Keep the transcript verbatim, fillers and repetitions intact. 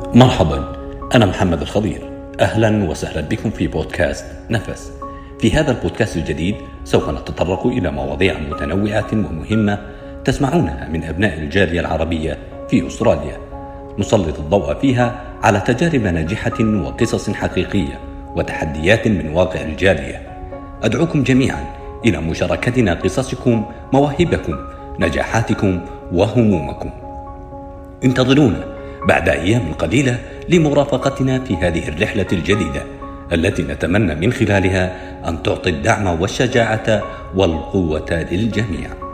مرحبا، أنا محمد الخضير. أهلا وسهلا بكم في بودكاست نفس. في هذا البودكاست الجديد سوف نتطرق إلى مواضيع متنوعة ومهمة تسمعونها من أبناء الجالية العربية في أستراليا، نسلط الضوء فيها على تجارب ناجحة وقصص حقيقية وتحديات من واقع الجالية. أدعوكم جميعا إلى مشاركتنا قصصكم، مواهبكم، نجاحاتكم وهمومكم. انتظرونا بعد أيام قليلة لمرافقتنا في هذه الرحلة الجديدة التي نتمنى من خلالها أن تعطي الدعم والشجاعة والقوة للجميع.